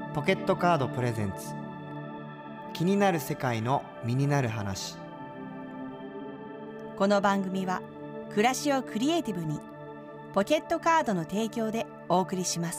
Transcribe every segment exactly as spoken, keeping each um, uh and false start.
ポケットカードプレゼンツ、気になる世界の身になる話。 この番組は暮らしをクリエイティブにポケットカードの提供でお送りします。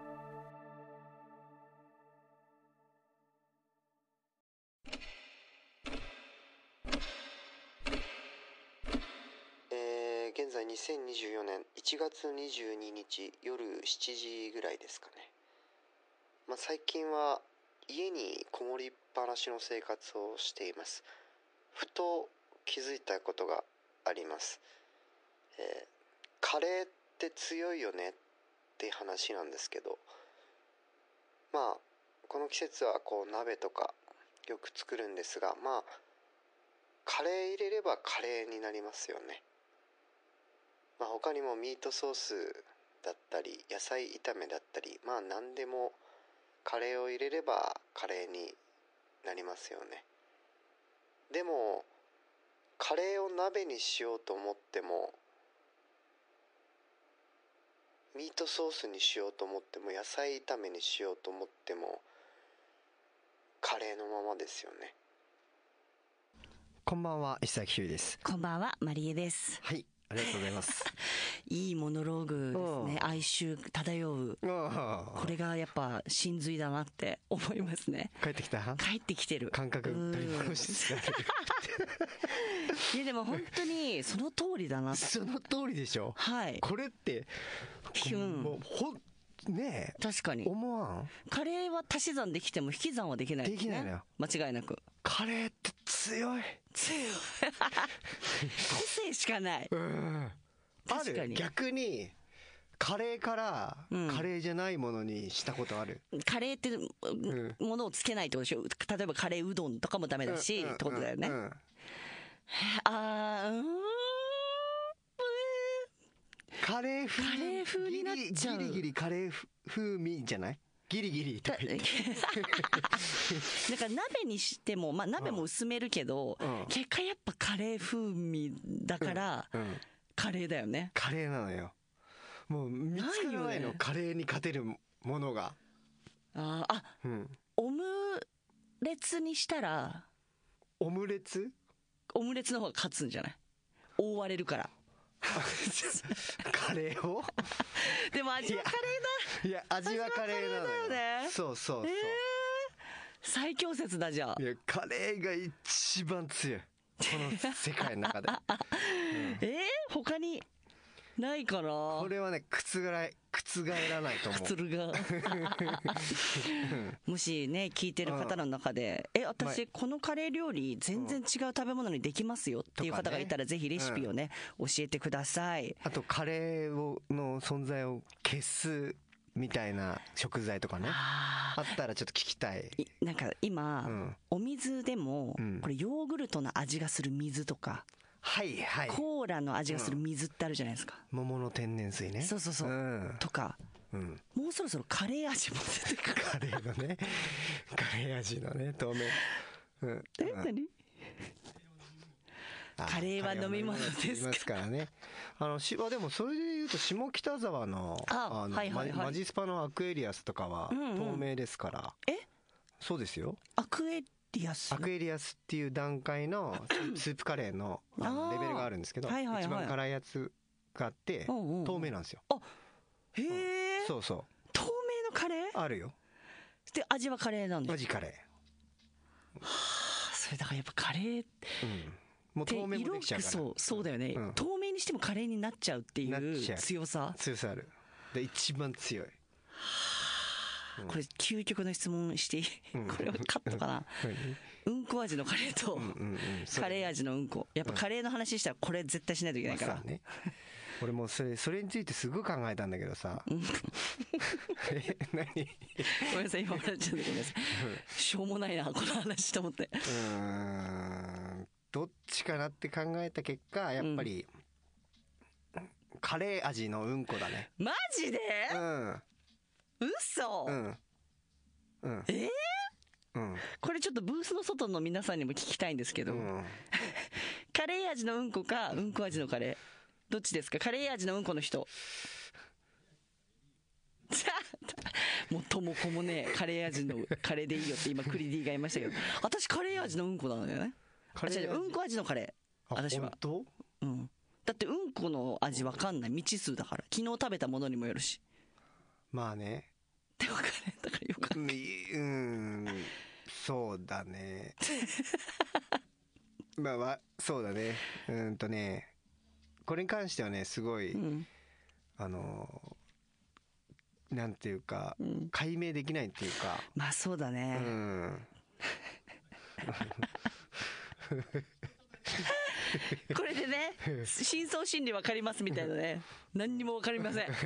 えー、現在にせんにじゅうよねんいちがつにじゅうににち夜しちじぐらいですかね。まあ、最近は家にこもりっぱなしの生活をしています。ふと気づいたことがあります。えー、カレーって強いよねって話なんですけど、まあこの季節はこう鍋とかよく作るんですが、まあカレー入れればカレーになりますよね。まあ、他にもミートソースだったり野菜炒めだったり、まあ何でもカレーを入れればカレーになりますよね。でもカレーを鍋にしようと思っても、ミートソースにしようと思っても野菜炒めにしようと思ってもカレーのままですよね。 こんばんは、石崎ひゅうです。 こんばんは、マリエです。 はい、ありがとうございますいいモノローグですね。哀愁漂う。これがやっぱ真髄だなって思いますね。 帰ってきた？ 帰ってきてる。 感覚取り戻しつつある。 いやでも本当にその通りだな。 その通りでしょ。 はい。 これってもうほんねえ、 確かに思わん？ カレーは足し算できても引き算はできないですね。 できないのよ、 間違いなく。 カレーって強い強い個性しかない。 うん、 確かに。 ある？逆にカレーからカレーじゃないものにしたことある？ うん、カレーってものをつけないってことでしょ。例えばカレーうどんとかもダメだし、うん、ってことだよね。うんうん、あーうーんカレー風、 カレー風になっちゃう。 ギリギリカレー風味じゃない？ギリギリとか言ってだから鍋にしても、まあ鍋も薄めるけど、うん、結果やっぱカレー風味だから、うんうん、カレーだよね。 カレーなのよ。もう見つからないの、ね、カレーに勝てるものが。 ああ、うん、オムレツにしたら。 オムレツ？ オムレツの方が勝つんじゃない？覆われるからカレーをでも味はカレーだ。 いや味はカレーなのよね。 そうそうそう、えー、 最強説だ。じゃあいやカレーが一番強いこの世界の中で、うん、 えー、他にないかな。 これはね覆覆らないと思う。 覆がもしね聞いてる方の中で、うん、え私このカレー料理全然違う食べ物にできますよっていう方がいたら、ぜひレシピをね、うん、教えてください。 あとカレーをの存在を消すみたいな食材とかね、あったらちょっと聞きたい。 なんか今、うん、お水でも、うん、これヨーグルトの味がする水とか、 はいはい、 コーラの味がする水ってあるじゃないですか、 うん、桃の天然水ね。 そうそうそう、うん、とか、うん、もうそろそろカレー味も出てくる。 カレーのねカレー味のね透明、 うん、え何カレーは飲み物ですか？ からね。あのしでもそれでいうと下北沢のああの、はいはいはい、マジスパのアクエリアスとかは透明ですから、うんうん、 えそうですよ。 アクエリアスアクエリアスっていう段階のスープカレーのレベルがあるんですけど、はいはいはい、一番辛いやつがあって、うんうん、透明なんですよ。 あへえ、うん、 そうそう、 透明のカレーあるよ。 で味はカレーなんです。 味カレー、 はあ、それだからやっぱカレー、うん、 もう透明もできちゃうから。 そうそうだよね、うん、透明にしてもカレーになっちゃうっていう強さ強さある。で一番強い。 これ究極の質問していい？これはカットかな。うんこ味のカレーとカレー味のうんこ、やっぱカレーの話したらこれ絶対しないといけないから、まあね、 俺もそれそれについてすごい考えたんだけどさえ何ごめんなさい、今笑っちゃってごめんなさいしょうもないなこの話と思って。うーん、どっちかなって考えた結果やっぱり、うん、カレー味のうんこだね。 マジで？うん、嘘、うんうん、えーうん、これちょっとブースの外の皆さんにも聞きたいんですけど、うん、カレー味のうんこかうんこ味のカレーどっちですか？カレー味のうんこの人ももうともこもねカレー味のカレーでいいよって今クリディが言いましたけど、私カレー味のうんこなのよね。あ、違う、うんこ味のカレー。私は。 本当？うん。だってうんこの味わかんない、未知数だから。昨日食べたものにもよるし。 まあね。 ってわかる。だからよかった。 うん、そうだね。まあ、ま、そうだね。うんとね、これに関してはね、すごい、うん、あのなんていうか、うん、解明できないっていうか。 まあそうだね。うん。これでね、深層心理分かりますみたいなね、何にも分かりません。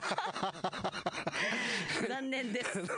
残念です、ね、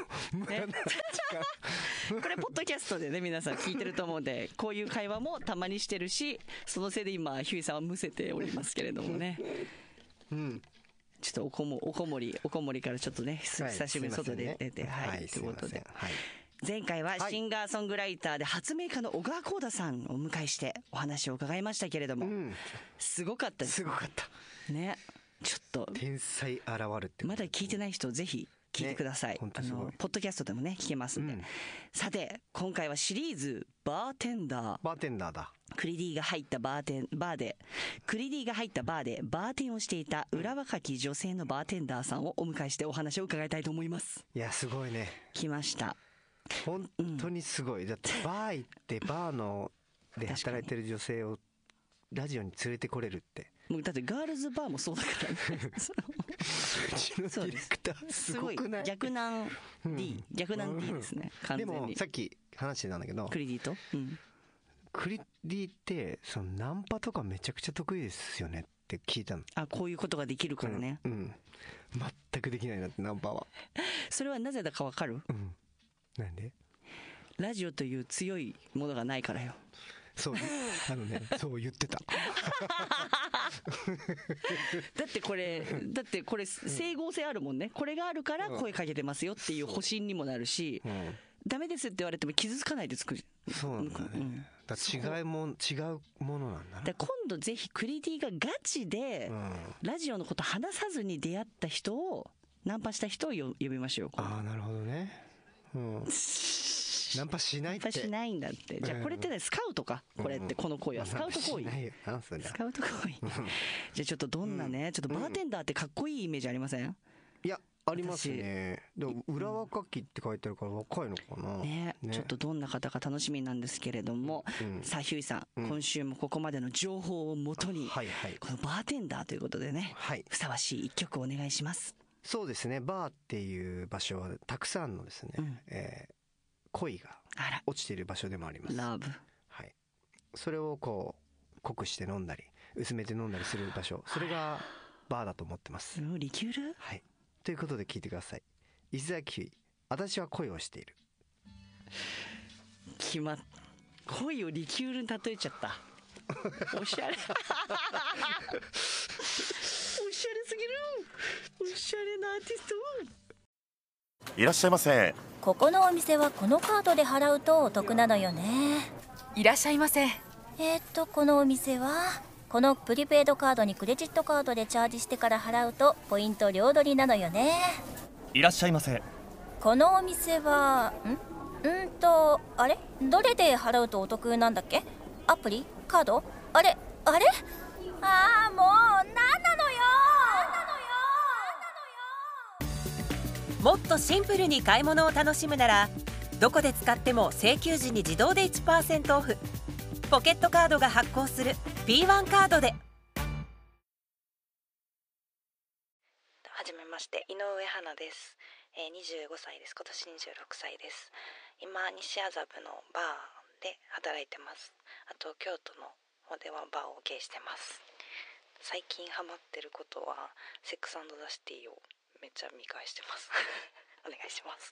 これポッドキャストでね皆さん聞いてると思うんで、こういう会話もたまにしてるし、そのせいで今ヒュイさんはむせておりますけれどもね、うん、ちょっとおこもおこもりおこもりからちょっとね、はい、久しぶりに外で出て、ね、はい、はい、ということで、はい、前回はシンガーソングライターで発明家の小川光太さんをお迎えしてお話を伺いましたけれども、うん、すごかったです。 すごかったね。ちょっと天才現るって、 まだ聞いてない人ぜひ聞いてください、ね、あのポッドキャストでもね聞けますんで、うん、さて今回はシリーズバーテンダーバーテンダーだクリディが入ったバーテンバーでクリディが入ったバーでバーテンをしていた裏若き女性のバーテンダーさんをお迎えしてお話を伺いたいと思います。 いやすごいね。 来ました。 本当にすごい、うん、だってバー行ってバーので働いてる女性をラジオに連れてこれるってもうだってガールズバーもそうだからね。 うちのディレクターすごくない？ 逆難 D、うん、逆難 D ですね、完全に。 でもさっき話してたんだけどクリディと、うん、 クリディってそのナンパとかめちゃくちゃ得意ですよねって聞いたの。 あ、こういうことができるからね、 うん、うん、全くできないなってナンパは。 それはなぜだかわかる？ うん、なんで？ ラジオという強いものがないからよ。 そうあのねそう言ってた。だってこれだってこれ整合性あるもんね。これがあるから声かけてますよっていう保身にもなるし、うん、ダメですって言われても傷つかないで作る。 そうなんだね、うん、だ違いも違うものなんだね。 だ今度ぜひクリディがガチでラジオのこと話さずに出会った人をナンパした人を呼びましょう。 ああなるほどね、うん、ナンパしないって。 ナンパしないんだって。じゃあこれってね、スカウトか、これってこの行為はスカウト行為。スカウト行為。じゃあちょっとどんなね、ちょっとバーテンダーってかっこいいイメージありません？ いやありますね。でも裏若きって書いてあるから若いのかな。 ね、ちょっとどんな方か楽しみなんですけれども、さあヒュイさん、今週もここまでの情報をもとにこのバーテンダーということでね、ふさわしい一曲お願いします。 そうですね。バーっていう場所はたくさんのですね、えー恋が落ちている場所でもあります。 ラブ。 はい。それをこう濃くして飲んだり薄めて飲んだりする場所、それがバーだと思ってます。 リキュール？ はい。ということで聞いてください。石崎、私は恋をしている。 決まっ恋をリキュールに例えちゃった。おしゃれ。おしゃれすぎる。おしゃれなアーティスト。 いらっしゃいませ。 ここのお店はこのカードで払うとお得なのよね。 いらっしゃいませ。 えー、っとこのお店はこのプリペイドカードにクレジットカードでチャージしてから払うとポイント両取りなのよね。 いらっしゃいませ。 このお店はんんとあれどれで払うとお得なんだっけ？アプリ？カード？あれあれあーもうなんなのよもっとシンプルに買い物を楽しむならどこで使っても請求時に自動で いちパーセント オフポケットカードが発行する ピーワン カードで。 はじめまして、井上花です、えー、にじゅうごさいです。今年にじゅうろくさいです。今西麻布のバーで働いてます。あと京都の方ではバーを経営してます。最近ハマってることはセックス&ザシティをめっちゃ見返してますお願いします。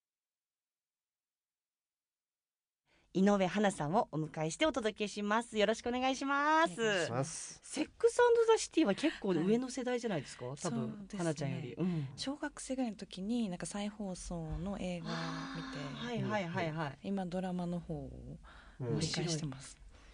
井上花さんをお迎えしてお届けします。よろしくお願いします。お願いします。セックス&ザシティは結構上の世代じゃないですか、はい、多分、ね、花ちゃんより、うん、 小学生ぐらいの時になんか再放送の映画を見て、 はいはいはいはい、 今ドラマの方を見返してます。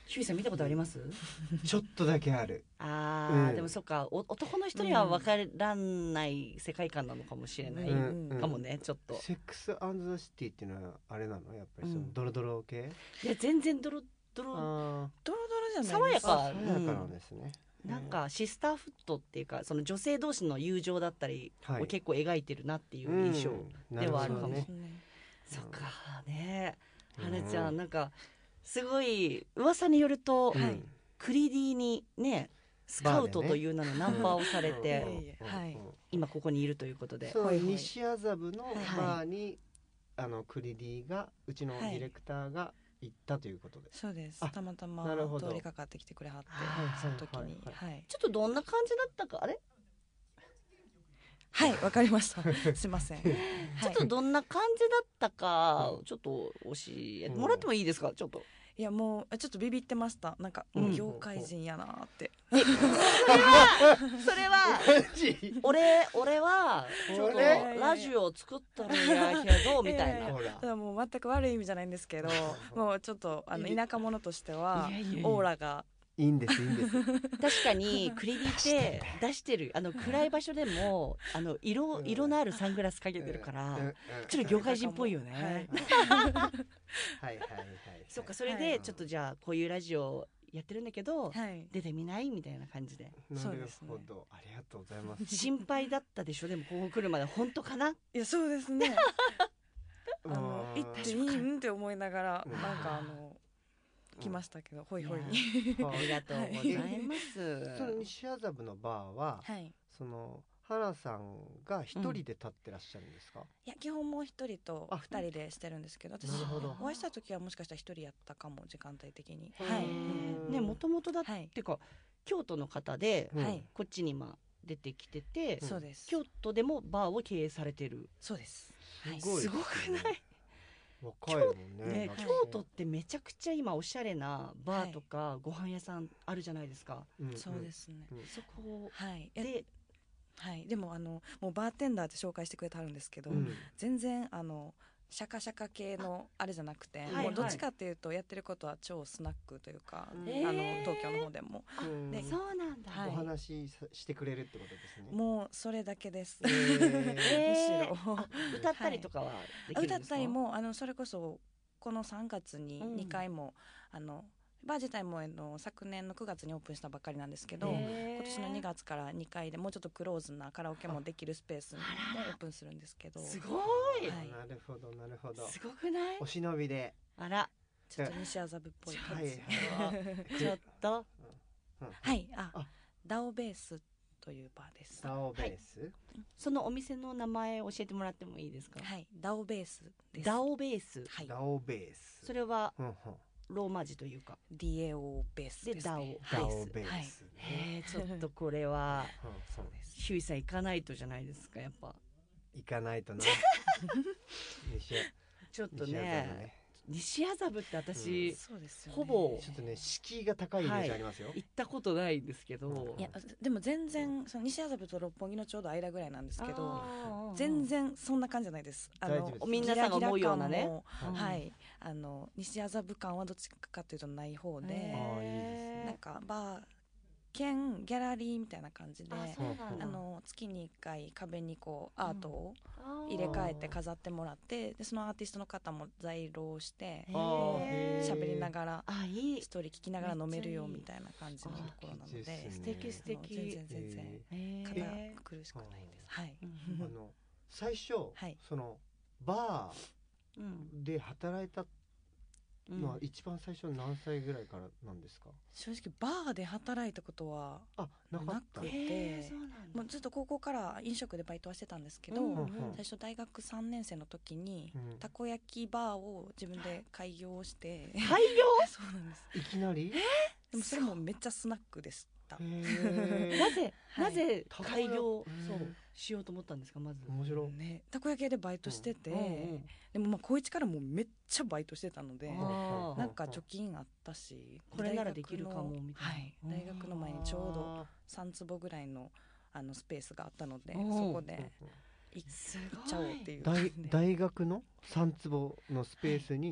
ヒューイさん見たことあります？ ちょっとだけある。 ああ、 うんでもそっか、お男の人には分からない世界観なのかもしれないかもね、ちょっと。 セックス&ザ・シティっていうのはあれなのやっぱりそのドロドロ系？ いや全然ドロドロあードロドロじゃ爽やか。 ないですか。 爽やかなんですね。 なんかシスターフットっていうか、その女性同士の友情だったりはいを結構描いてるなっていう印象うんではあるかも。 なるほどねそっかね、 うんはなちゃんなんかすごい噂によると、 うんクリディにねスカウトという名のナンパをされて、 うんうんはい今ここにいるということで。 そうほいほい西麻布のバーに、あのクリディがうちのディレクターが行ったということで、 そうです。 あたまたまなるほど通りかかってきてくれはって、 はいその時に、 はいはいはい、 ちょっとどんな感じだったか、あれはい、わかりました。すいません。 ちょっとどんな感じだったか、 うんちょっと教えてもらってもいいですか、ちょっと。 いやもうちょっとビビってました。なんか、 うん業界人やなーって。 それは俺俺はちょっと俺ラジオを作ったんやけどみたいな。 ほらただもう全く悪い意味じゃないんですけど、もうちょっとあの田舎者としてはいやいやいやオーラがいいんですいいんです確かにクリディって出してる、あの暗い場所でもあの色色のあるサングラスかけてるからうんうんちょっと業界人っぽいよね。 はいはいはいはいそっか、それでちょっとじゃあこういうラジオやってるんだけどはい出てみないみたいな感じで。 なるそうですねほど、ありがとうございます。 心配だったでしょ、でもここ来るまで本当かな。 いやそうですね。あのうん行っていいんって思いながらうんなんかあの来ましたけど、ほいほい。 いやありがとうございます。 その西麻布のバーは、 はい。 その花さんが一人で立ってらっしゃるんですか？ いや基本もう一人とあ二人でしてるんですけど、私なるほどお会いした時はもしかしたら一人やったかも、時間帯的に。 へーはい。 うんね、もともとだって、 はいてか京都の方で、 うんはい。 こっちに今出てきてて、 そうです。 京都でもバーを経営されてる。 そうです。はい。 すごいすごくない？ 若いもんね。 ねだって京都ってめちゃくちゃ今おしゃれなバーとかご飯屋さんあるじゃないですか。 うんそうですね。 うんそこはい。えで、 はい。でもあのもうバーテンダーって紹介してくれてはるんですけど、 うん全然あのシャカシャカ系のあれじゃなくて、 はいもうどっちかっていうとやってることは超スナックというか、 へあのー東京の方でも、 うんでそうなんだ。 はいお話しさしてくれるってことですね。 もうそれだけです。 へーえーむしろあ歌ったりとかはできるんですか？ 歌ったりもあのそれこそこのさんがつにうんにかいも、あのバー自体もあの昨年のくがつにオープンしたばっかりなんですけど、 へー今年のにがつからにかいでもうちょっとクローズなカラオケもできるスペースもオープンするんですけど、 すごい、 はいなるほどなるほど。 すごくないお？忍びで。 あら、 ちょっと西麻布っぽい感じ。 はいちょっとはい、ああダオベースというバーです。 ダオベース。 そのお店の名前教えてもらってもいいですか？ はい、ダオベースです。 ダオベース。 はい、 ダオベース。 それはうんうんローマ字というか。 ディエオベースです、ね。 でダオダオベベース。 へえ、ちょっとこれはうんそうです。 ヒューイさん行かないとじゃないですか、やっぱ。 行かないとな。西ちょっと西麻布ね、西麻布って私、 そうですよね。 ほぼちょっとね敷居が高いイメージありますよ。 行ったことないんですけど。 いやでも全然その西麻布と六本木のちょうど間ぐらいなんですけど、 あー全然そんな感じじゃないです。あの大丈夫ですみんなさんが思うようなねギラギラ感もうんはい、あの西麻布感はどっちかというとない方で、 へーあーいいですなんかバー兼ギャラリーみたいな感じで、 あ、そうなんだ。 あの月にいっかい壁にこうアートをあー入れ替えて飾ってもらって、でそのアーティストの方も在廊してへあーへー喋りながらあ、いい。 ストーリー聞きながら飲めるよめっちゃいいみたいな感じのところなので、 あいいです素ね敵素敵。 あの全然全然へ堅ー苦しくないです。はい。 うんあの最初はいそのバうんーで働いたうんのは一番最初何歳ぐらいからなんですか？ 正直バーで働いたことはあ、なかった。 なくへーそうなんだ。 もうずっと高校から飲食でバイトはしてたんですけど、 うんうん最初大学さんねん生の時にうんたこ焼きバーを自分で開業して開そうなんです。 いきなり？ でもそれもめっちゃスナックでした。 へーなぜ、 はいなぜたこ焼き開業、 うんそうしようと思ったんですか、まず。 面白い。 ね、たこ焼き屋でバイトしてて、 うんうんでもまあ高一からもうめっちゃバイトしてたので、 あーなんか貯金あったし、 これならできるかもみたいなはい、大学の前にちょうどさん坪ぐらいのあのスペースがあったので、 うんそこでいす行っごいちゃおうっていう大感じで。 大学のさん坪のスペースに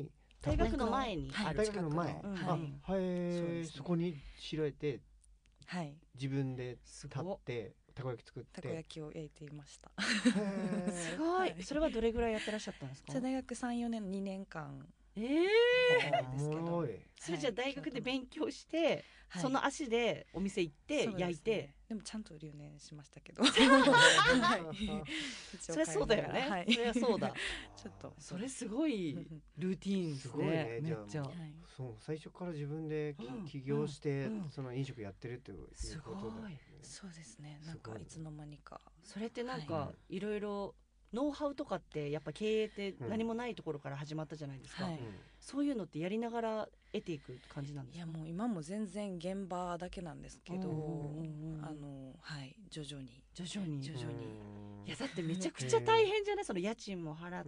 大学の前にある。 大学の前、 うんあ、はい、そこに知られて、 はい、 自分で立ってたこ焼き作って、 たこ焼きを焼いていました。 すごい。それはどれぐらいやってらっしゃったんですか？ 大学さん、よねん、にねんかん。 ええー、ですけど、それじゃあ大学で勉強して、はい、その足でお店行って焼いて、 でね、でもちゃんと留年しましたけどそりゃそうだよね、はい、そりゃそうだちょっとそれすごいルーティーンですね。 すごいね。 めっちゃ、はい、 そう最初から自分で起業して、うんうん、その飲食やってるっていうことだよね。 そうですね。なんかいつの間にかそれってなんかいろいろノウハウとかってやっぱ経営って何もないところから始まったじゃないですか、うんはい、そういうのってやりながら得ていく感じなんですか？ いやもう今も全然現場だけなんですけど、あのはい徐々に徐々に徐々にいやだってめちゃくちゃ大変じゃない？その家賃も払って、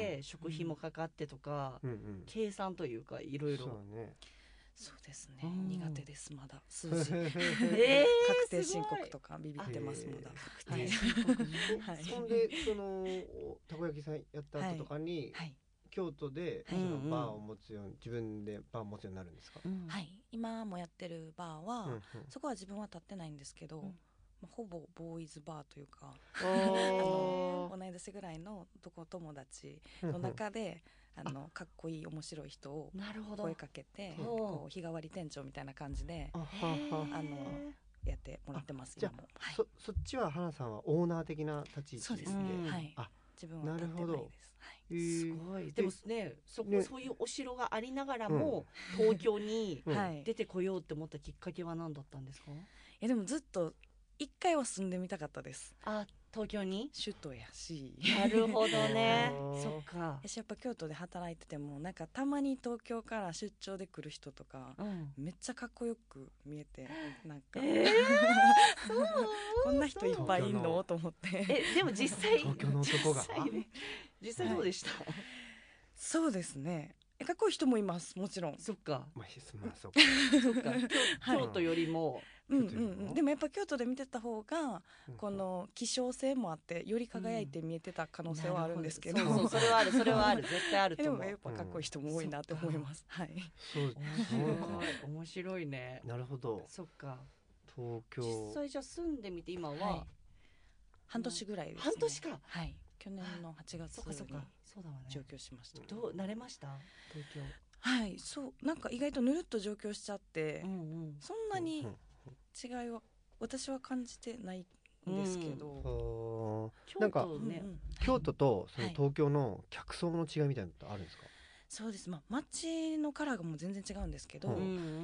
うん、食費もかかってとか、うんうん、計算というかいろいろ。 そうね。そうですね、うん、苦手ですまだ数字、 えー、 確定申告とかビビってますまだ。 確定申告ね。そんでそのたこ焼きさんやった後とかに、はいはい、京都でそのバーを持つように、自分でバーを持つようになるんですか？ うん、はい今もやってるバーは、うんうん、そこは自分は立ってないんですけど、うんまあ、ほぼボーイズバーというかあの同い年ぐらいの男友達の中であのかっこいい面白い人を声かけてこう日替わり店長みたいな感じであのやってもらってます。 今も、はい、そ, そっちは花さんはオーナー的な立ち位置ですね。 そうですね、はい、あ自分は立ってないです。 はい、すごい。でもね、そこ、ね、そういうお城がありながらも、うん、東京に出てこようって思ったきっかけは何だったんですか？いやでもずっと一回は住んでみたかったです。 あ、東京に？ 首都やし。 なるほどね。そっか。 私やっぱ京都で働いててもなんかたまに東京から出張で来る人とか、うん、めっちゃかっこよく見えてなんか、えー、こんな人いっぱいいんのと思って。 えでも実際東京の男が実際、ね、実際どうでした？はい、 そうですね。かっこいい人もいますもちろん。 そっか。 まあそっか。 そっか。京都よりも。 うんうんうん、でもやっぱ京都で見てた方がこの希少性もあってより輝いて見えてた可能性はあるんですけど、 うん、そうそうそれはあるそれはある絶対あると思う。 でもやっぱかっこいい人も多いなって思います、うん、はい。 そう面白いね。 なるほど。 そっか。 東京実際じゃあ住んでみて今は、はい、 半年ぐらいですね。 半年か。 はい。去年のはちがつに上京しました。 どう慣れました東京？ はいそうなんか意外とぬるっと上京しちゃって、うんうん、そんなに違いは私は感じてないんですけど、 うん、なんか、ね、京都とその東京の客層の違いみたいなのってあるんですか？ はい、そうです、まあ、街のカラーがもう全然違うんですけど、うん、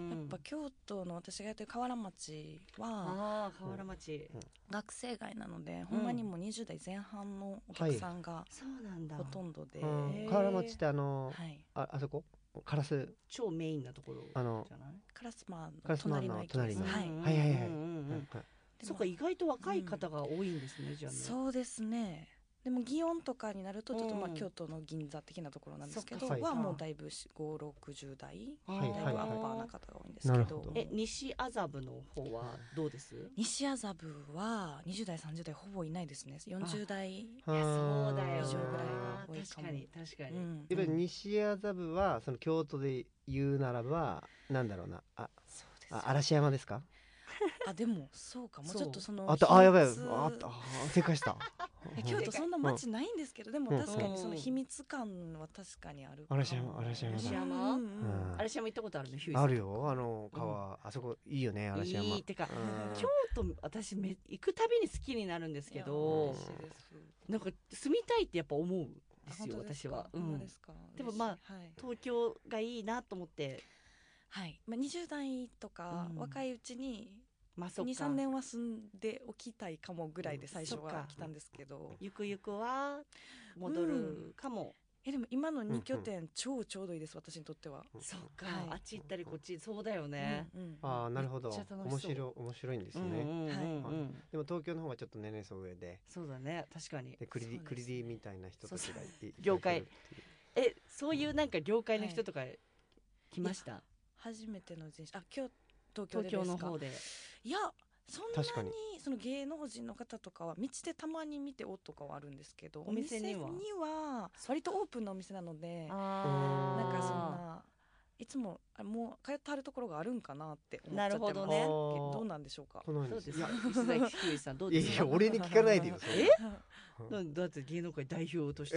やっぱ京都の私がやってる河原町はあ河原町、 うん、学生街なので、うん、ほんまにもうにじゅう代前半のお客さんがほとんどで、 はい、河原町ってあの、はい、あ, あそこカラス超メインなところじゃない？ カラスマンの隣の駅です。 はいはいはいはい。 そっか意外と若い方が多いんですね、うん、じゃあね。 そうですね。でも祇園とかになるとちょっとまあ京都の銀座的なところなんですけど、うん、はもうだいぶご、ろくじゅう代、はい、だいぶアッパーな方が多いんですけど、 どえ西麻布の方はどうです？ 西麻布はにじゅう代さんじゅう代ほぼいないですね。よんじゅう代以上ぐらいは多いかも。 確かに確かに、うん、 やっぱり西麻布はその京都で言うならばなんだろうなあ、そうですあ嵐山ですか？ あでもそうかもちょっとそのああやばいああ正解した京都そんな街ないんですけど、でも確かにその秘密感は確かにある。 嵐山嵐山嵐山嵐山行ったことあるの？ヒューイあるよ。あの川あそこいいよね嵐山。 いいてか京都私め行くたびに好きになるんですけど、なんか住みたいってやっぱ思うんですよ私は。でもまあ東京がいいなと思って。 はい、まあ、にじゅう代とか若いうちにに、さんねんは住んでおきたいかもぐらいで最初は来たんですけど、 ゆくゆくは戻るかも、 うん、えでも今のに拠点、うん、超ちょうどいいです私にとっては。 そっか、はい、あっち行ったりこっちそうだよね、 うんうん、ああなるほど面白い面白いんですね、うんうんうんはい、でも東京の方がちょっと年齢層上でそうだね確かにでクリディ、ね、クリディみたいな人たちがいて業界えそういうなんか業界の人とか来ました、はい初めての人種あ今日東京でですか？ 東京の方でいやそんなにその芸能人の方とかは道でたまに見ておとかはあるんですけど、 お店にはお店には割とオープンなお店なので、 あなんかそんないつもあもう通ってはるところがあるんかなって思っちゃってます。 なるほどね。 どうなんでしょうか。 どうですか石崎ひゅういさん、どういやですか。 いや俺に聞かないでよそれえだだって芸能界代表として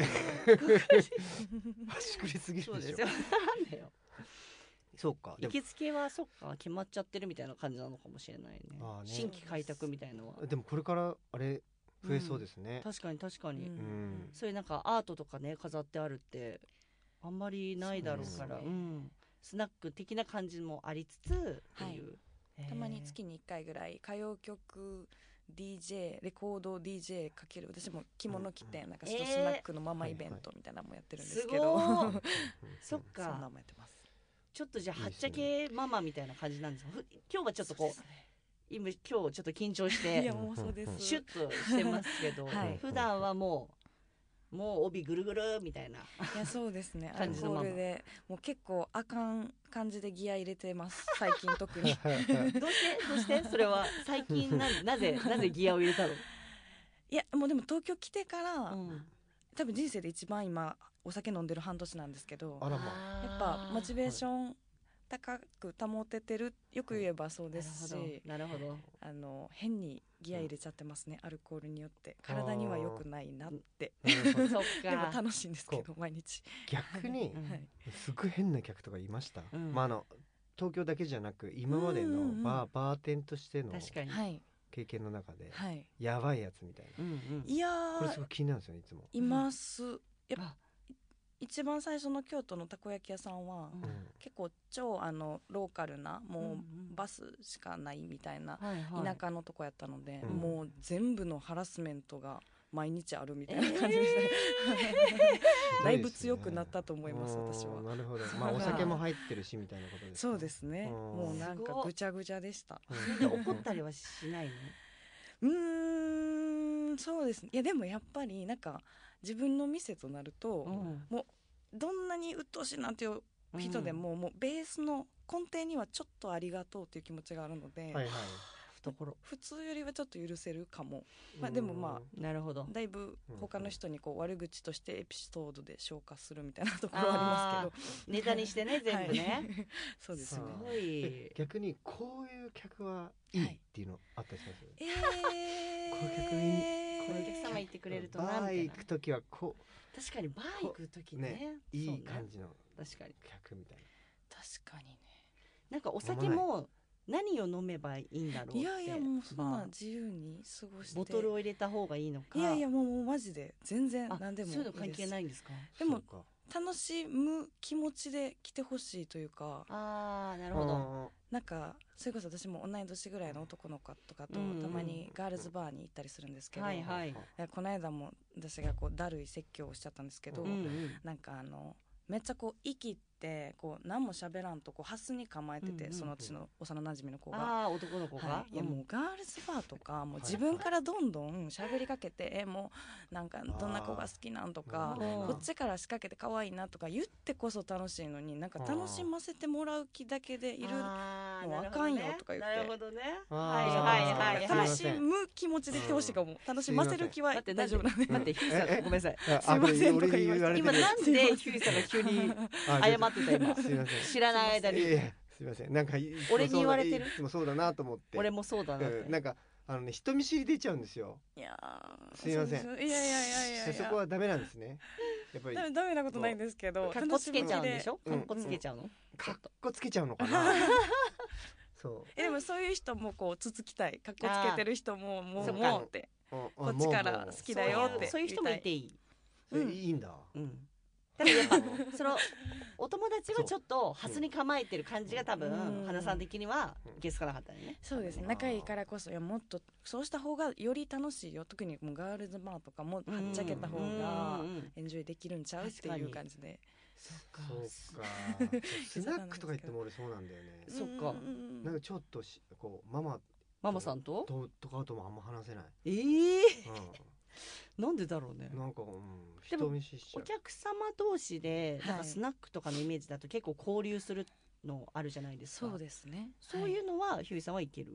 端くれすぎるでしょ。 そうですよ。なんだよ。 そうか。 行きつけはそっか決まっちゃってるみたいな感じなのかもしれないね。 あーね新規開拓みたいのは。 でもこれからあれ増えそうですね。 確かに確かに、 うんそういうなんかアートとかね飾ってあるってあんまりないだろうから、 そうですねうん、スナック的な感じもありつつっていう、 たまに月にいっかいぐらい歌謡曲 ディージェー レコード ディージェー かける、私も着物着てなんかストスナックのママイベントみたいなのもやってるんですけど、 すごーそっそんなかのもやってます。 ちょっとじゃあはっちゃけママみたいな感じなんですよ。ふ今日はちょっとこう今今日ちょっと緊張していやもうそうですシュッとしてますけど、 はい普段はもうもう帯ぐるぐるみたいな。 いやそうですね、アルコ感じのママールでもう結構あかん感じでギア入れてます最近特に。 どうしてどうしてそれは最近ななぜなぜギアを入れたの。 いやもうでも東京来てから、 うん多分人生で一番今お酒飲んでる半年なんですけど、 あらまやっぱモチベーション高く保ててる、よく言えばそうですし、 なるほど。 あの変にギア入れちゃってますね、アルコールによって体には良くないなってなるほどそっか。 でも楽しいんですけど毎日。 逆にはいすごい変な客とかいました。 うんまああの東京だけじゃなく今までのうんうんうんバーバーテンとしての確かに。 はい経験の中ではい。 やばいやつみたいな。 うんうん。 いやーこれすごい気になるんですよねいつも。 います。やっぱあ一番最初の京都のたこ焼き屋さんは、 うん結構超あのローカルなもううんうんバスしかないみたいなはいはい。 田舎のとこやったので、 うんもう全部のハラスメントが毎日あるみたいな感じでしたね、だいぶ強くなったと思います私は。 うんなるほど。まあお酒も入ってるしみたいなことですか。 そうですね、 うんもうなんかぐちゃぐちゃでした。 で怒ったりはしないの。 うーんそうですね。いやでもやっぱりなんか自分の店となると、 うんもうどんなに鬱陶しいなっていう人でも、もうベースの根底にはちょっとありがとうっていう気持ちがあるので、 はいはい。 懐。 普通よりはちょっと許せるかも。まあでもまあなるほど。 だいぶ他の人にこう悪口としてエピソードで消化するみたいなところはありますけど、 ネタにしてね全部ね。 はいそうですすね。 ごいえ。逆にこういう客はいいっていうのあったりします？ えー、 こういう客にこういうお客様いてくれるとなバーみたいな。 行くときはこ確かにバー行くときねうねいい感じの確かに。 客みたい確かにね。 なんかお酒も何を飲めばいいんだろうって。 いやいやもうそんまあな自由に過ごして。 ボトルを入れた方がいいのか。 いやいやもうもうマジで全然あ何でもそういうの関係ないいんですか。 でもそうか楽しむ気持ちで来てほしいというか、 ああなるなほど。 なんかそれこそ私も同い年ぐらいの男の子とかとうんうんたまにガールズバーに行ったりするんですけど、 はいはい。 いやこの間も私がこうだるい説教をしちゃったんですけど、 うんうん。 なんかあのめっちゃこう息ってこう何も喋らんとこうハスに構えてて、 うんうんその私の幼馴染の子が。 ああ男の子が。 はい、いやもうガールズバーとかもう自分からどんどん喋りかけて、えもうなんかどんな子が好きなんとかあーこっちから仕掛けて可愛いなとか言ってこそ楽しいのになんか楽しませてもらう気だけでいるあーもうあかんよとか言ってなるほどね。 あはいーはいはいはい。 楽しむ気持ちで来てほしいかも、楽しませる気は待って大丈夫なんで。 待ってヒューさんごめんなさい。 あすいませんあこれ俺に言われてる今なんでヒューさんが急にあ謝ってた今。 すいません知らない間に。 いやいやすいませんなんかいつも俺に言われてるそうだいつもそうだなと思って俺もそうだなって。 うんなんかあのね人見知り出ちゃうんですよ。 いやーすいませんそうですいやいやいやいやいやそこはダメなんですねやっぱりダメダメなことないんですけど、 かっこつけちゃうんでしょ。 うんかっこつけちゃうの。 かっこつけちゃうのかなそうえでもそういう人もこうつつきたい、かっこつけてる人ももそうっかもうってここっちから好きだよってそういう人もいていい。 えいいんだうん。だからやっぱそのお友達はちょっとハスに構えてる感じが多分うん花さん的には気づかなかったよね。 そうですね、仲いいからこそいやもっとそうした方がより楽しいよ、特にもうガールズバーとかもはっちゃけた方がエンジョイできるんちゃうっていう感じで。 そうか。 そうかスナックとか行っても俺そうなんだよねそっか。 うんなんかちょっとしこうママママさんと？ ととかともあんま話せないええ。 うなんでだろうねん。なんかうんでも人見知りしちゃおう客様同士でなんはいかスナックとかのイメージだと結構交流するのあるじゃないですか。 そうですね。 そういうのはヒューイさんはいける。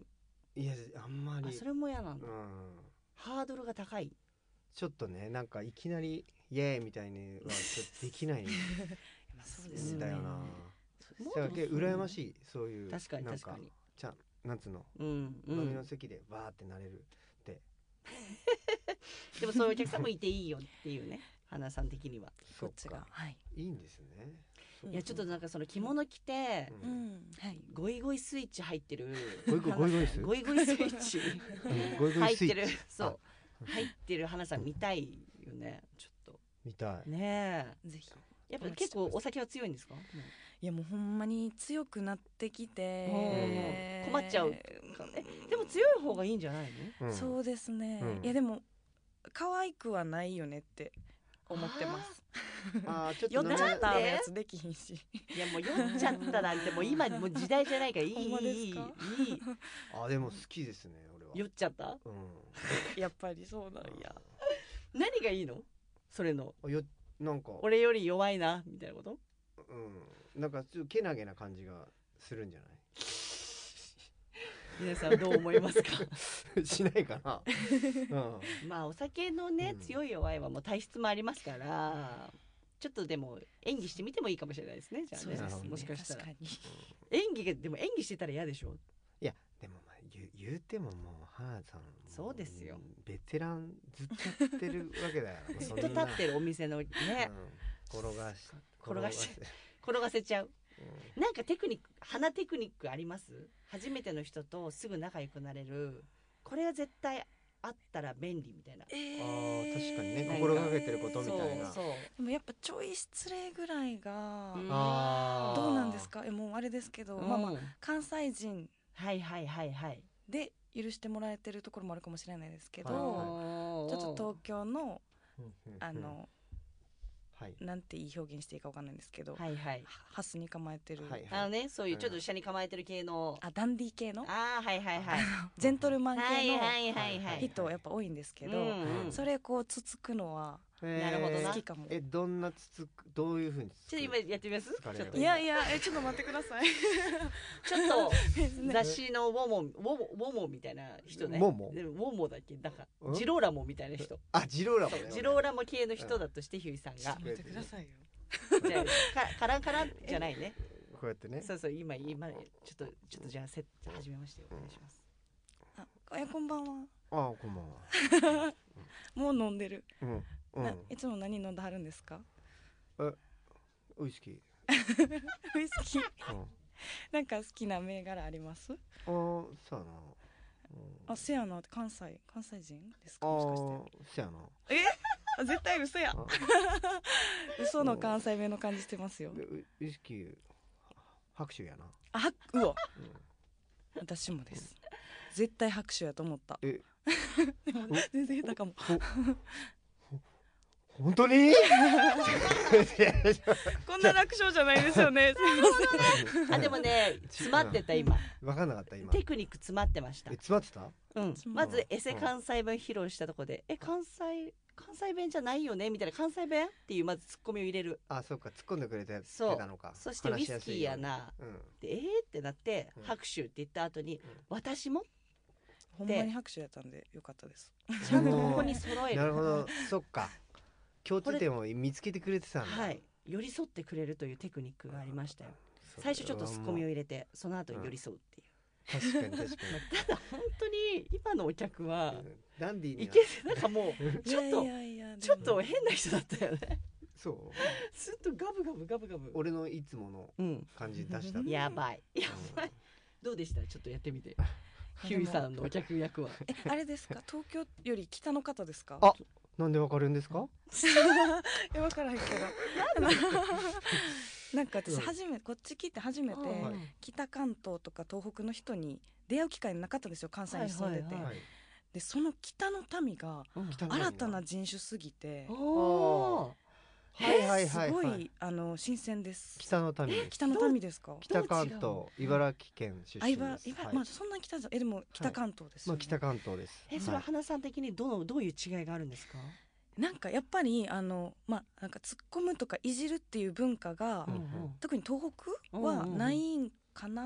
いやあんまりあそれも嫌なんだ、 うん、 ハードルが高い。 ちょっとねなんかいきなりイエーイみたいにはちょっとできないまあそうですんだよな。 もだから羨ましいそういう確かになん確かにじゃなんつうの、 うんうん、 飲みの席でわーってなれるってでもそういうお客さんもいていいよっていうね花さん的にはそっこっちがかはいいいんですね。 いやちょっとなんかその着物着て、 ううんんはいゴイゴイスイッチ入ってるゴイゴイゴイゴイスゴイゴイスイッチうんゴイゴ入ってるイスイッチそう入ってる花さん見たいよねちょっ見たいとねぜひえやっぱ結構お酒は強いんですか？ いやもうほんまに強くなってきてうん困っちゃうかえでも強い方がいいんじゃないの？ うんそうですね、 うんいやでも可愛くはないよねって思ってますあーちょっと酔っちゃったなんでやつできひんしいやもう酔っちゃったなんてもう今もう時代じゃないからいいほんまですかいいいいあでも好きですね俺は酔っちゃったうんやっぱりそうなんや何がいいのそれのあよなんか俺より弱いなみたいなことうんなんかちょっとけなげな感じがするんじゃない皆さんどう思いますかしないかな、うん、 まあお酒のね、 うん強い弱いはもう体質もありますからちょっとでも演技してみてもいいかもしれないですねじゃあねそうですねもしかしたら確かに演技がでも演技してたら嫌でしょいやでもまあ言う言うてももう花さんそうですよベテランずっとやってるわけだよずっと立ってるお店のね、 うん、転がし転がし転がせちゃうなんかテクニック花テクニックあります？初めての人とすぐ仲良くなれるこれは絶対あったら便利みたいな、 えあー確かにねなんか心がけてることみたいなそうそうでもやっぱちょい失礼ぐらいがうんあーどうなんですかえもうあれですけど、 うんまあまあ関西人はいはいはいはいで許してもらえてるところもあるかもしれないですけど、 はいちょっと東京のうんうんうんあの、 はいなんていい表現していいかわかんないんですけど、 はいはいハスに構えてる、 はいあのねそういうちょっと下に構えてる系の、 あダンディー系のああはいはいはいジェントルマンはい系のはいはいはい人やっぱ多いんですけど、 うんうんそれこうつつくのはなるほどな好きかも。 えどんなつつくどういうふうにつつくちょっと今やってみます疲れるちょっといやいやえちょっと待ってください。 ちょっと雑誌のウォモウォモウォモみたいな人ねモモでもウォモだっけなんかうんジローラモみたいな人あジローラモねジローラモ系の人だとしてひゅいさんが待ってくださいよ。 じゃあかカランカランじゃないねこうやってねそうそう今今ちょっとちょっとじゃあせ始めましてお願いしますあえこんばんは。 あこんばんはもう飲んでる。 うんうなんいつも何飲んではるんですか？ ウイスキーウイスキーうんなんか好きな銘柄あります？ あーそうやなあせやなって関西関西人ですかあもしかして。 ーそうやなあ絶対嘘やあ嘘の関西弁の感じしてますよ。 でウウイスキー拍手やなあはうわ私もです。絶対拍手やと思った。 えでも全然下手かも。 本当にこんな楽勝じゃないですよね。すいません。 あでもね詰まってた今分かんなかった今テクニック詰まってましたえ詰まってたうんまずエセ関西弁披露したとこでえ関西関西弁じゃないよねみたいな関西弁っていうまずツッコミを入れるあそうか突っ込んでくれてそうたのかそしてウイスキーやなうんでえーってなってうん拍手って言った後に私もほんまに拍手やったんでよかったです。 ちゃんとここに揃えるなるほどそっか共通点を見つけてくれてたんだはい寄り添ってくれるというテクニックがありましたよそう最初ちょっとツッコミを入れてその後寄り添うっていう確かに確かただ本当に今のお客はにダンディーにはいけなんかもうちょっといやいやいやでもちょっと変な人だったよねそうずっとガブガブガブガブ俺のいつものうん感じ出したやばいやばいどうでしたちょっとやってみてヒューイさんのお客役はえあれですか東京より北の方ですか？ あなんでわかるんですかえ分からへんけどなんか私初めこっち来て初めてはい北関東とか東北の人に出会う機会なかったんですよ関西に住んでて、 はいはいはいでその北の民がうん新たな人種すぎておーはいはいはいすはいごいあの新鮮です。 北の民です北の民ですか？ 北関東茨城県出あ身です茨茨はいまあそんな北じゃえでも北関東ですよね、 まあ北関東ですえそれははい花さん的にどのどういう違いがあるんですかなんかやっぱりあのまあなんか突っ込むとかいじるっていう文化が、 うんうん特に東北はないんかなっ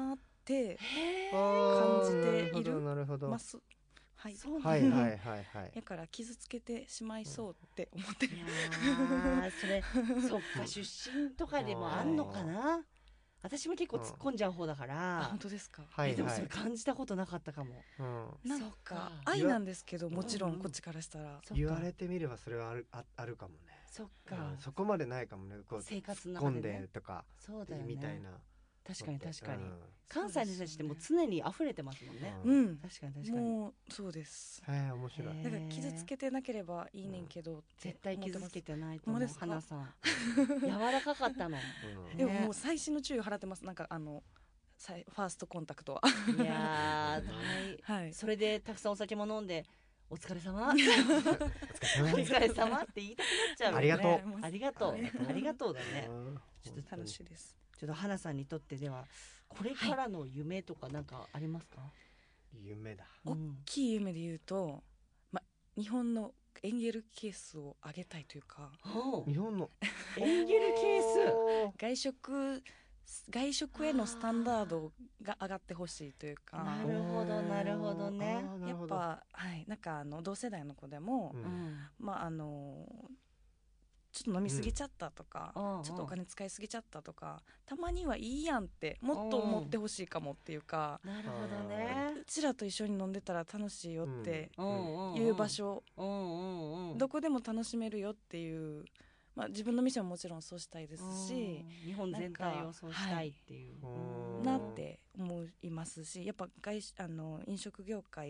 て感じているなるほど。 ます。はい、 そうはいはいはいはい。 だから傷つけてしまいそうって思ってる。 いやそれそっか出身とかでもあんのかな。私も結構突っ込んじゃう方だから。 本当ですか。 はいはい、でもそれ感じたことなかったかも。 うん、なんか愛なんですけど、もちろんこっちからしたら言われてみればそれはある あ, あるかもね。 そっか、 うん、そこまでないかもね。こう生活の中で、ね、突っ込んでとかそうだよねみたいな。 確かに確かに、うん、関西の人たちってもう常に溢れてますもんね。 うん、 確かに確かに。 もうそうです。 へえ面白い。 だから傷つけてなければいいねんけど、うん、 絶対傷つけてないと思う。 です花さん柔らかかったの。 うん、でももう細心の注意を払ってます。なんかあのファーストコンタクトは。 いやー、はい、それでたくさんお酒も飲んで。お疲れ様お疲れ様って言いたくなっちゃうよね。 ありがとうありがとうありがとうだね。 ちょっと楽しいです。 ちょっと花さんにとってではこれからの夢とかなんかありますか？はい、 夢だ。 大きい夢で言うと、ま、日本のエンゲル係数を上げたいというか。 日本のエンゲル係数外食外食へのスタンダードが上がってほしいというか。 なるほどなるほどね。 やっぱはいなんかあの同世代の子でも、うん、まああのちょっと飲みすぎちゃったとか、うん、ちょっとお金使いすぎちゃったとか、たまにはいいやんってもっと思ってほしいかもっていうか。 なるほどね。 うちらと一緒に飲んでたら楽しいよっていう場所、どこでも楽しめるよっていう。まあ、自分の店ももちろんそうしたいですし、 日本全体をそうしたいっていう、 はい、なって思いますし、やっぱ外あの飲食業界、うん、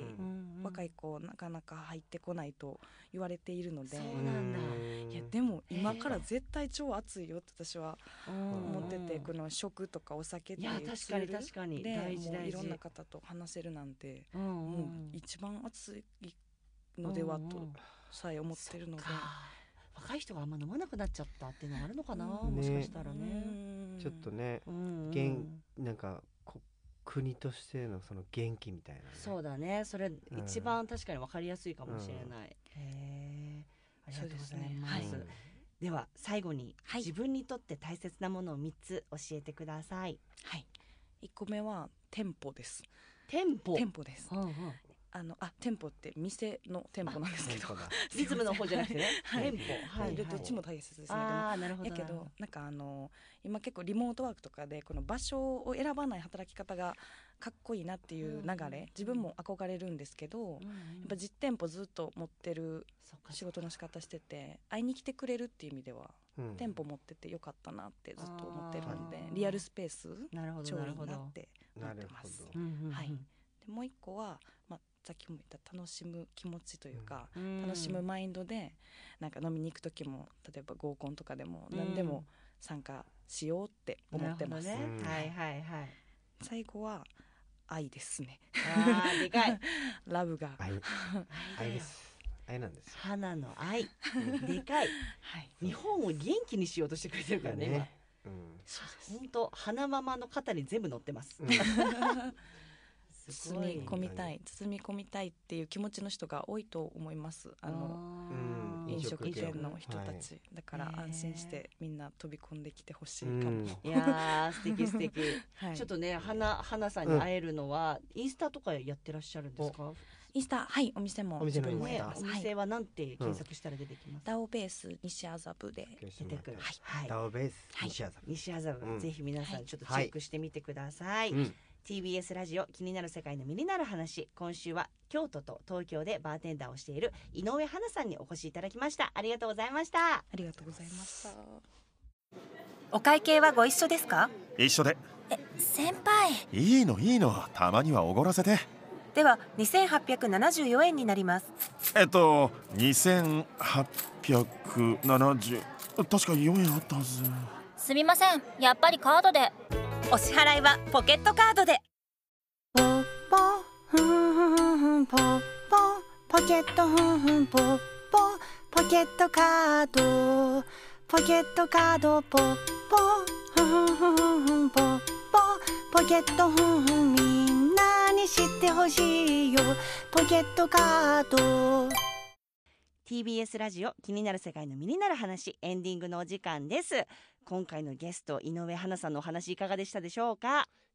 若い子なかなか入ってこないと言われているので、 そうなんだ。 いやでも今から絶対超熱いよって私は思ってて、この食とかお酒っていうツールで確かに大事大事、 いろんな方と話せるなんて、うんうん、もう一番熱いのではとさえ思ってるので。 若い人があんま飲まなくなっちゃったっていうのがあるのかな、ね、もしかしたらね。 ちょっとね、うんうん、なんかこ国としてのその元気みたいな、ね、 そうだね。それ一番確かに分かりやすいかもしれない。うん、へえ、ありがとうございます。で, す、ねはい、では最後に、はい、自分にとって大切なものをみっつ教えてください。 はい。いっこめは店舗です。 店舗。 店舗です。うんうん、あのあ店舗って店の店舗なんですけど、 リズムの方じゃなくてね、はい、店舗、 はい、でどっちも大切ですね。 ああなるほど。 やけどなんかあの今結構リモートワークとかでこの場所を選ばない働き方がかっこいいなっていう流れ、うん、自分も憧れるんですけど、うんうん、やっぱ実店舗ずっと持ってる仕事の仕方してて、会いに来てくれるっていう意味では、うん、店舗持っててよかったなってずっと思ってるんで、リアルスペース超いいなって思ってます。はい。でもう一個はまあさっきも言った楽しむ気持ちというか、うん、楽しむマインドでなんか飲みに行く時も例えば合コンとかでも何でも参加しようって思ってます。 ね、はいはいはい。 最後は愛ですね。 あーでかい。 ラブが愛、愛です。愛なんです。 花の愛でかい。はい。日本を元気にしようとしてくれてるからね。ね今。うん、そうです。本当花ママの肩に全部乗ってます。うん包み込みたい包み込みたいっていう気持ちの人が多いと思います。あの飲食店の人たち、はい、だから安心してみんな飛び込んできてほしいかも。 いやー素敵素敵、はい、ちょっとね花花さんに会えるのは、うん、インスタとかやってらっしゃるんですか？ インスタはいお店もお店もね、お店はなんて検索したら出てきます？ ダオベース西麻布で出てくる。 はい。ダオベース西麻布。 西麻布、ぜひ皆さんちょっとチェックしてみてください。はい、うん、ティービーエス ラジオ気になる世界の身になる話、今週は京都と東京でバーテンダーをしている井上花さんにお越しいただきました。ありがとうございました。 ありがとうございました。 お会計はご一緒ですか？ 一緒で。 え、先輩。 いいのいいの、たまにはおごらせて。 ではにせんはっぴゃくななじゅうよえんになります。 えっとにせんはっぴゃくななじゅう、確かよえんあったはず。 すみません、やっぱりカードで。 お支払いはポケットカードで。 ポッポフンフンフンポッポポケットフンフンポッポポケットカードポケットカードポッポフンフンフンポッポポケットフンフン、みんなに知ってほしいよポケットカード。 ティービーエス ラジオ気になる世界の身になる話、エンディングのお時間です。今回のゲスト井上花さんのお話いかがでしたでしょうか？ い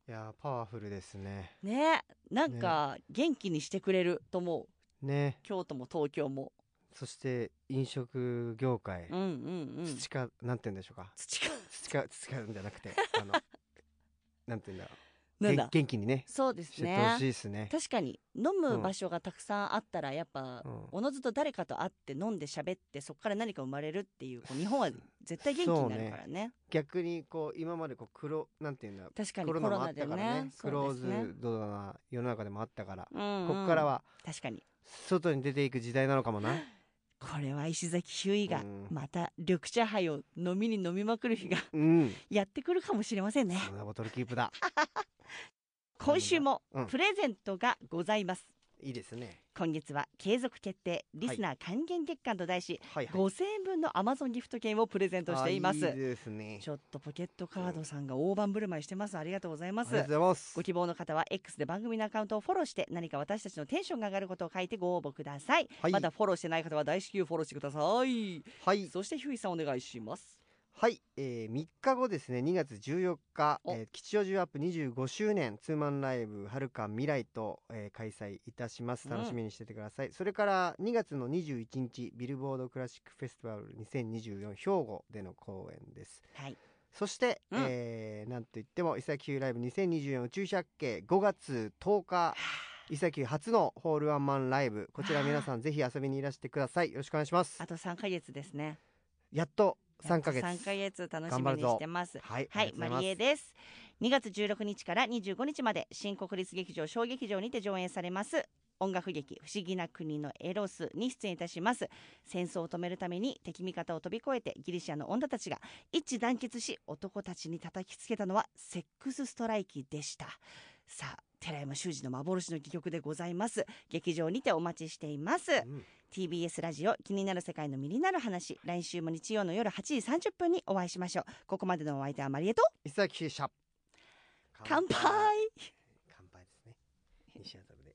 いやパワフルですね。 ね、なんか元気にしてくれると思うね。 京都も東京も。 そして飲食業界、 うんうんうん、 土かなんて言うんでしょうか。 土か土か土かじゃなくてあのなんて言うんだろう。 なんだ元気にね。 そうですね。 してほしいですね。 確かに飲む場所がたくさんあったらやっぱ、うん、おのずと誰かと会って飲んで喋ってそこから何か生まれるっていう、こう日本は絶対元気になるから ね, ね逆にこう今までこう黒なんていうんだ確かにコロナもあったからね、ねクローズドな世の中でもあったから、うんうん、ここからは確かに外に出ていく時代なのかもな。 これは石崎ひゅーいがまた緑茶杯を飲みに飲みまくる日が、 うん、 やってくるかもしれませんね。 そんなボトルキープだ今週もプレゼントがございます、 うん、いいですね。 今月は継続決定リスナー還元月間と題し、はいはいはい、ごせんえんぶんの Amazon ギフト券をプレゼントしています。 いいですね。 ちょっとポケットカードさんが大盤振る舞いしてます。ありがとうございます。 ありがとうございます。 ご希望の方は X で番組のアカウントをフォローして何か私たちのテンションが上がることを書いてご応募ください、はい、まだフォローしてない方は大至急フォローしてください。はい、そしてひゅーいさんお願いします。 はい、えー、みっかごですねにがつじゅうよっか、えー、吉祥寺アップにじゅうごしゅうねんツーマンライブはるか未来と、えー、開催いたします。楽しみにしててください、うん、それからにがつのにじゅういちにちビルボードクラシックフェスティバルにせんにじゅうよん兵庫での公演です、はい、そして、うんえー、なんといっても伊崎ひゅーライブにせんにじゅうよん宇宙百景ごがつとおか伊崎初のホールワンマンライブ、こちら皆さんぜひ遊びにいらしてください。よろしくお願いします。 あとさんかげつですね。 やっとさんかげつさんかげつ楽しみにしてます。 はい、 はい、マリエです。にがつじゅうろくにちからにじゅうごにちまで新国立劇場小劇場にて上演されます音楽劇不思議な国のエロスに出演いたします。戦争を止めるために敵味方を飛び越えてギリシャの女たちが一致団結し男たちに叩きつけたのはセックスストライキでした。さあ寺山修司の幻の戯曲でございます。劇場にてお待ちしています、うん、ティービーエス ラジオ気になる世界の身になる話、来週も日曜の夜はちじさんじゅっぷんにお会いしましょう。ここまでのお相手はマリエと伊崎でした。 乾杯。 乾杯ですね。西麻布で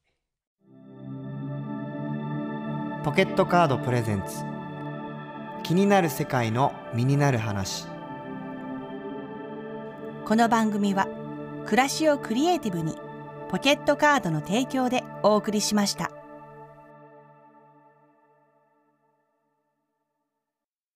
ポケットカードプレゼンツ気になる世界の身になる話。 この番組は暮らしをクリエイティブにポケットカードの提供でお送りしました。